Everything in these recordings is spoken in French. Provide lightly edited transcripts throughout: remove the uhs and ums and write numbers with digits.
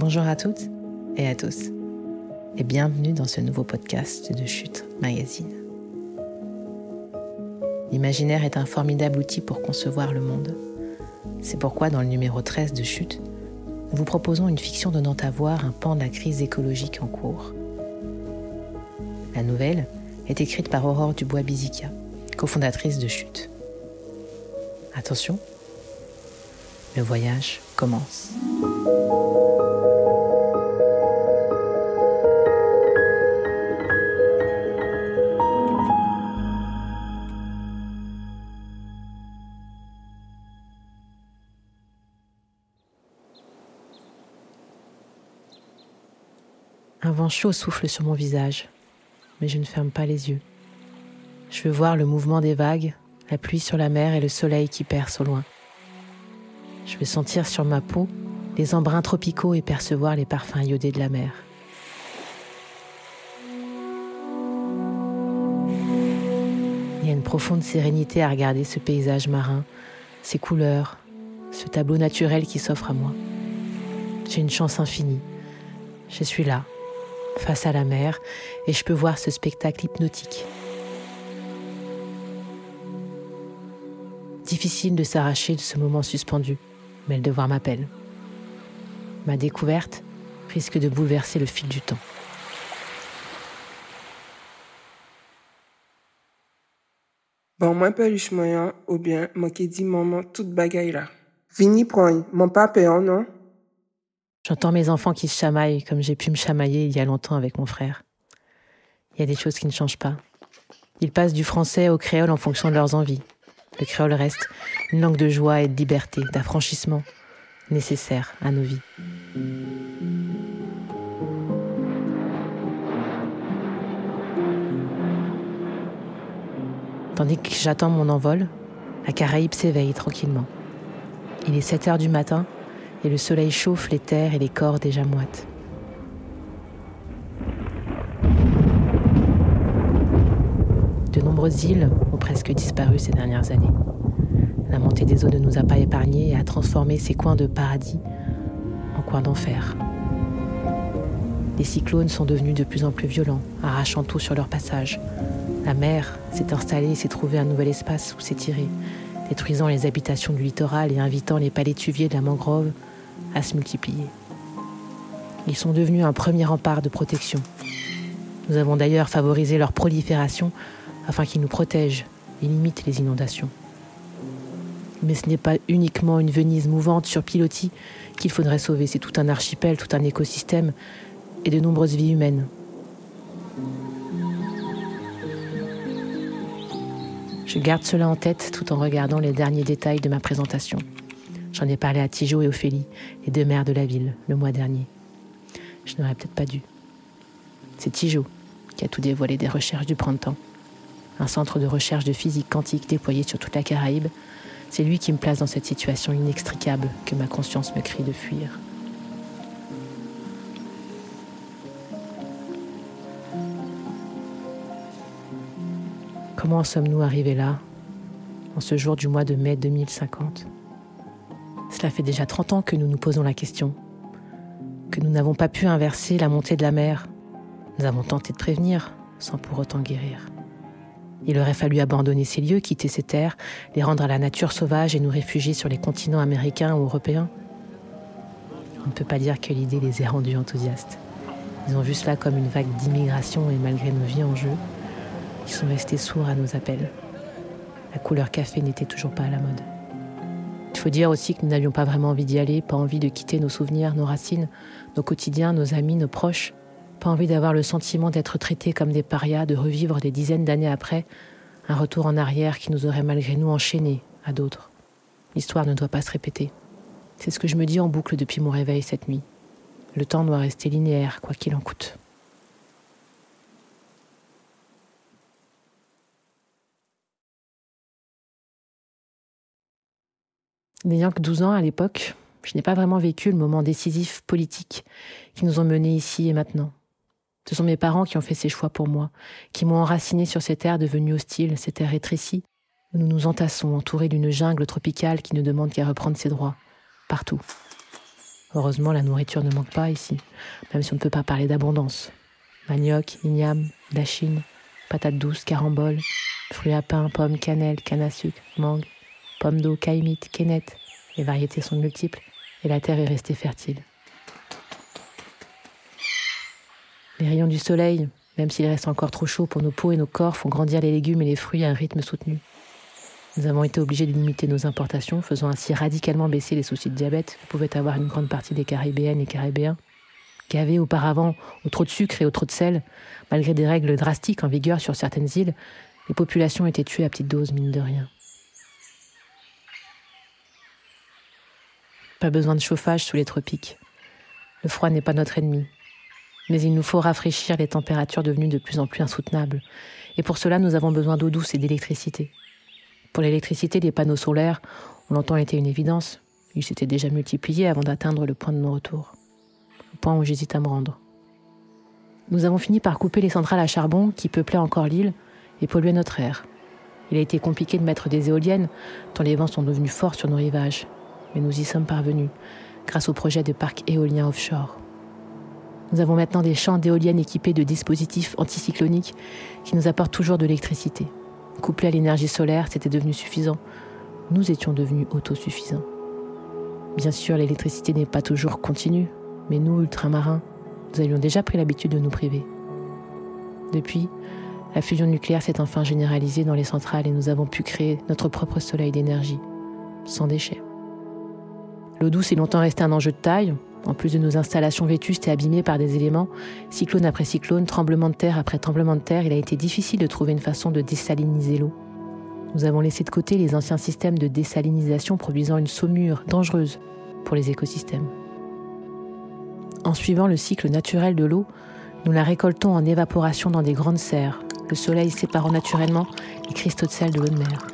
Bonjour à toutes et à tous, et bienvenue dans ce nouveau podcast de Chute Magazine. L'imaginaire est un formidable outil pour concevoir le monde. C'est pourquoi dans le numéro 13 de Chute, nous vous proposons une fiction donnant à voir un pan de la crise écologique en cours. La nouvelle est écrite par Aurore Dubois-Bizikia, cofondatrice de Chute. Attention, le voyage commence. Un vent chaud souffle sur mon visage, mais je ne ferme pas les yeux. Je veux voir le mouvement des vagues, la pluie sur la mer et le soleil qui perce au loin. Je veux sentir sur ma peau les embruns tropicaux et percevoir les parfums iodés de la mer. Il y a une profonde sérénité à regarder ce paysage marin, ces couleurs, ce tableau naturel qui s'offre à moi. J'ai une chance infinie. Je suis là, face à la mer, et je peux voir ce spectacle hypnotique. Difficile de s'arracher de ce moment suspendu, mais le devoir m'appelle. Ma découverte risque de bouleverser le fil du temps. Bon, moi, peluche moyen, ou bien, moi qui dis maman, toute bagaille là. Vini prendre, mon papa, non? J'entends mes enfants qui se chamaillent comme j'ai pu me chamailler il y a longtemps avec mon frère. Il y a des choses qui ne changent pas. Ils passent du français au créole en fonction de leurs envies. Le créole reste une langue de joie et de liberté, d'affranchissement, nécessaire à nos vies. Tandis que j'attends mon envol, la Caraïbe s'éveille tranquillement. Il est 7h du matin et le soleil chauffe les terres et les corps déjà moites. De nombreuses îles ont presque disparu ces dernières années. La montée des eaux ne nous a pas épargnés et a transformé ces coins de paradis en coins d'enfer. Les cyclones sont devenus de plus en plus violents, arrachant tout sur leur passage. La mer s'est installée et s'est trouvée un nouvel espace où s'étirer, détruisant les habitations du littoral et invitant les palétuviers de la mangrove à se multiplier. Ils sont devenus un premier rempart de protection. Nous avons d'ailleurs favorisé leur prolifération afin qu'ils nous protègent et limitent les inondations. Mais ce n'est pas uniquement une Venise mouvante sur pilotis qu'il faudrait sauver, c'est tout un archipel, tout un écosystème et de nombreuses vies humaines. Je garde cela en tête tout en regardant les derniers détails de ma présentation. J'en ai parlé à Tijo et Ophélie, les deux maires de la ville, le mois dernier. Je n'aurais peut-être pas dû. C'est Tijo qui a tout dévoilé des recherches du printemps. Un centre de recherche de physique quantique déployé sur toute la Caraïbe. C'est lui qui me place dans cette situation inextricable que ma conscience me crie de fuir. Comment en sommes-nous arrivés là, en ce jour du mois de mai 2050 ? Cela fait déjà 30 ans que nous nous posons la question, que nous n'avons pas pu inverser la montée de la mer. Nous avons tenté de prévenir, sans pour autant guérir. Il aurait fallu abandonner ces lieux, quitter ces terres, les rendre à la nature sauvage et nous réfugier sur les continents américains ou européens. On ne peut pas dire que l'idée les ait rendus enthousiastes. Ils ont vu cela comme une vague d'immigration et malgré nos vies en jeu, ils sont restés sourds à nos appels. La couleur café n'était toujours pas à la mode. Il faut dire aussi que nous n'avions pas vraiment envie d'y aller, pas envie de quitter nos souvenirs, nos racines, nos quotidiens, nos amis, nos proches. Pas envie d'avoir le sentiment d'être traités comme des parias, de revivre des dizaines d'années après un retour en arrière qui nous aurait malgré nous enchaînés à d'autres. L'histoire ne doit pas se répéter. C'est ce que je me dis en boucle depuis mon réveil cette nuit. Le temps doit rester linéaire, quoi qu'il en coûte. N'ayant que 12 ans à l'époque, je n'ai pas vraiment vécu le moment décisif politique qui nous ont menés ici et maintenant. Ce sont mes parents qui ont fait ces choix pour moi, qui m'ont enraciné sur ces terres devenues hostiles, ces terres rétrécies, où nous nous entassons, entourés d'une jungle tropicale qui ne demande qu'à reprendre ses droits, partout. Heureusement, la nourriture ne manque pas ici, même si on ne peut pas parler d'abondance. Manioc, igname, dachine, patates douces, caramboles, fruits à pain, pommes, cannelle, canne à sucre, mangue, pommes d'eau, caïmite, quénette. Les variétés sont multiples et la terre est restée fertile. Les rayons du soleil, même s'il reste encore trop chaud pour nos peaux et nos corps, font grandir les légumes et les fruits à un rythme soutenu. Nous avons été obligés de limiter nos importations, faisant ainsi radicalement baisser les soucis de diabète que pouvaient avoir une grande partie des Caribéennes et Caribéens, qui avaient auparavant, au trop de sucre et au trop de sel, malgré des règles drastiques en vigueur sur certaines îles, les populations étaient tuées à petite dose, mine de rien. Pas besoin de chauffage sous les tropiques. Le froid n'est pas notre ennemi. Mais il nous faut rafraîchir les températures devenues de plus en plus insoutenables. Et pour cela, nous avons besoin d'eau douce et d'électricité. Pour l'électricité, les panneaux solaires, on l'entend, était une évidence. Ils s'étaient déjà multipliés avant d'atteindre le point de non-retour. Le point où j'hésite à me rendre. Nous avons fini par couper les centrales à charbon qui peuplaient encore l'île et polluaient notre air. Il a été compliqué de mettre des éoliennes, tant les vents sont devenus forts sur nos rivages. Mais nous y sommes parvenus, grâce au projet de parc éolien offshore. Nous avons maintenant des champs d'éoliennes équipés de dispositifs anticycloniques qui nous apportent toujours de l'électricité. Couplés à l'énergie solaire, c'était devenu suffisant. Nous étions devenus autosuffisants. Bien sûr, l'électricité n'est pas toujours continue, mais nous, ultramarins, nous avions déjà pris l'habitude de nous priver. Depuis, la fusion nucléaire s'est enfin généralisée dans les centrales et nous avons pu créer notre propre soleil d'énergie, sans déchets. L'eau douce est longtemps restée un enjeu de taille. En plus de nos installations vétustes et abîmées par des éléments, cyclone après cyclone, tremblement de terre après tremblement de terre, il a été difficile de trouver une façon de désaliniser l'eau. Nous avons laissé de côté les anciens systèmes de désalinisation produisant une saumure dangereuse pour les écosystèmes. En suivant le cycle naturel de l'eau, nous la récoltons en évaporation dans des grandes serres, le soleil séparant naturellement les cristaux de sel de l'eau de mer.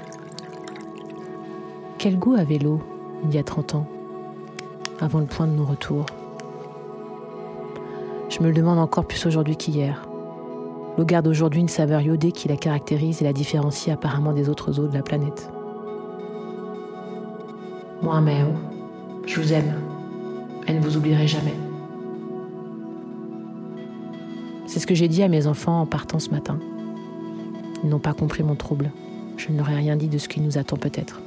Quel goût avait l'eau il y a 30 ans, avant le point de non-retour? Je me le demande encore plus aujourd'hui qu'hier. L'eau garde aujourd'hui une saveur iodée qui la caractérise et la différencie apparemment des autres eaux de la planète. Moi, Méo, je vous aime. Elle ne vous oublierai jamais. C'est ce que j'ai dit à mes enfants en partant ce matin. Ils n'ont pas compris mon trouble. Je ne leur ai rien dit de ce qui nous attend peut-être.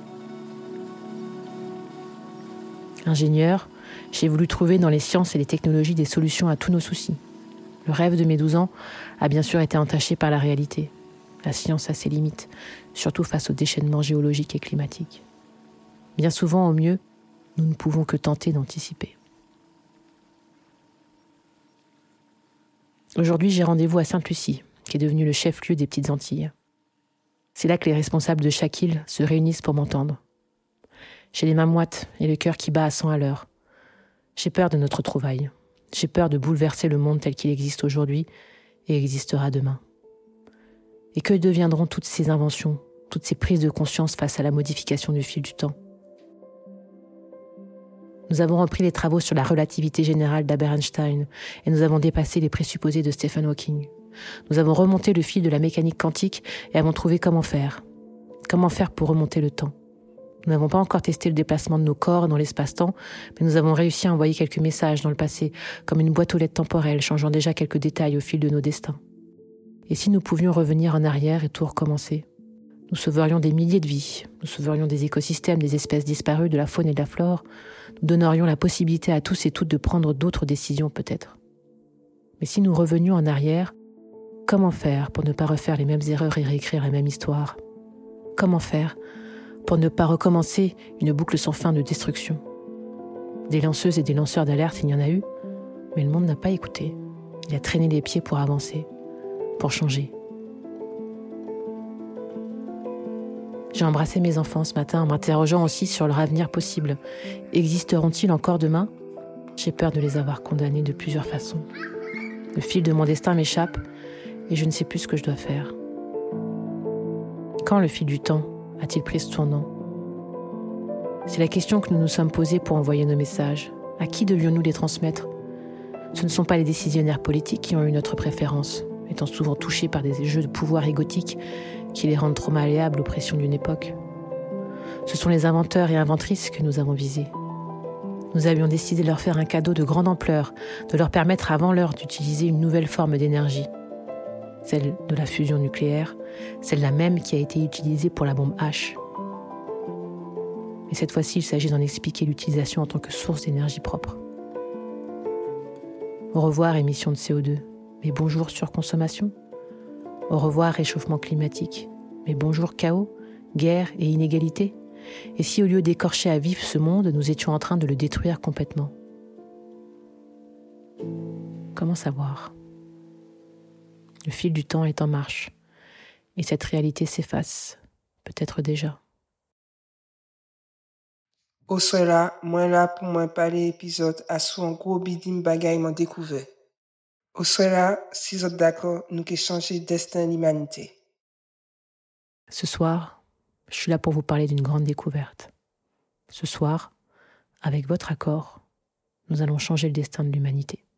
Ingénieur, j'ai voulu trouver dans les sciences et les technologies des solutions à tous nos soucis. Le rêve de mes 12 ans a bien sûr été entaché par la réalité. La science a ses limites, surtout face au déchaînement géologique et climatique. Bien souvent, au mieux, nous ne pouvons que tenter d'anticiper. Aujourd'hui, j'ai rendez-vous à Sainte-Lucie, qui est devenue le chef-lieu des Petites Antilles. C'est là que les responsables de chaque île se réunissent pour m'entendre. J'ai les mains moites et le cœur qui bat à 100 à l'heure. J'ai peur de notre trouvaille. J'ai peur de bouleverser le monde tel qu'il existe aujourd'hui et existera demain. Et que deviendront toutes ces inventions, toutes ces prises de conscience face à la modification du fil du temps? Nous avons repris les travaux sur la relativité générale d'Albert Einstein et nous avons dépassé les présupposés de Stephen Hawking. Nous avons remonté le fil de la mécanique quantique et avons trouvé comment faire. Comment faire pour remonter le temps? Nous n'avons pas encore testé le déplacement de nos corps dans l'espace-temps, mais nous avons réussi à envoyer quelques messages dans le passé, comme une boîte aux lettres temporelle, changeant déjà quelques détails au fil de nos destins. Et si nous pouvions revenir en arrière et tout recommencer? Nous sauverions des milliers de vies, nous sauverions des écosystèmes, des espèces disparues, de la faune et de la flore, nous donnerions la possibilité à tous et toutes de prendre d'autres décisions peut-être. Mais si nous revenions en arrière, comment faire pour ne pas refaire les mêmes erreurs et réécrire la même histoire? Comment faire pour ne pas recommencer une boucle sans fin de destruction? Des lanceuses et des lanceurs d'alerte, il y en a eu, mais le monde n'a pas écouté. Il a traîné les pieds pour avancer, pour changer. J'ai embrassé mes enfants ce matin en m'interrogeant aussi sur leur avenir possible. Existeront-ils encore demain? J'ai peur de les avoir condamnés de plusieurs façons. Le fil de mon destin m'échappe et je ne sais plus ce que je dois faire. Quand le fil du temps a-t-il pris ce tournant? C'est la question que nous nous sommes posée pour envoyer nos messages. À qui devions-nous les transmettre? Ce ne sont pas les décisionnaires politiques qui ont eu notre préférence, étant souvent touchés par des jeux de pouvoir égotiques qui les rendent trop malléables aux pressions d'une époque. Ce sont les inventeurs et inventrices que nous avons visés. nous avions décidé de leur faire un cadeau de grande ampleur, de leur permettre avant l'heure d'utiliser une nouvelle forme d'énergie. Celle de la fusion nucléaire, celle-là même qui a été utilisée pour la bombe H. Et cette fois-ci, il s'agit d'en expliquer l'utilisation en tant que source d'énergie propre. Au revoir émissions de CO2, mais bonjour surconsommation. Au revoir réchauffement climatique, mais bonjour chaos, guerre et inégalité. Et si au lieu d'écorcher à vif ce monde, nous étions en train de le détruire complètement? Comment savoir? Le fil du temps est en marche, et cette réalité s'efface, peut-être déjà. Au soir là, moi là pour moi parler épisode à sous un gros bidim bagay m'en découvert. Au soir là, si vous êtes d'accord, nous qui changer destin de l'humanité. Ce soir, je suis là pour vous parler d'une grande découverte. Ce soir, avec votre accord, nous allons changer le destin de l'humanité.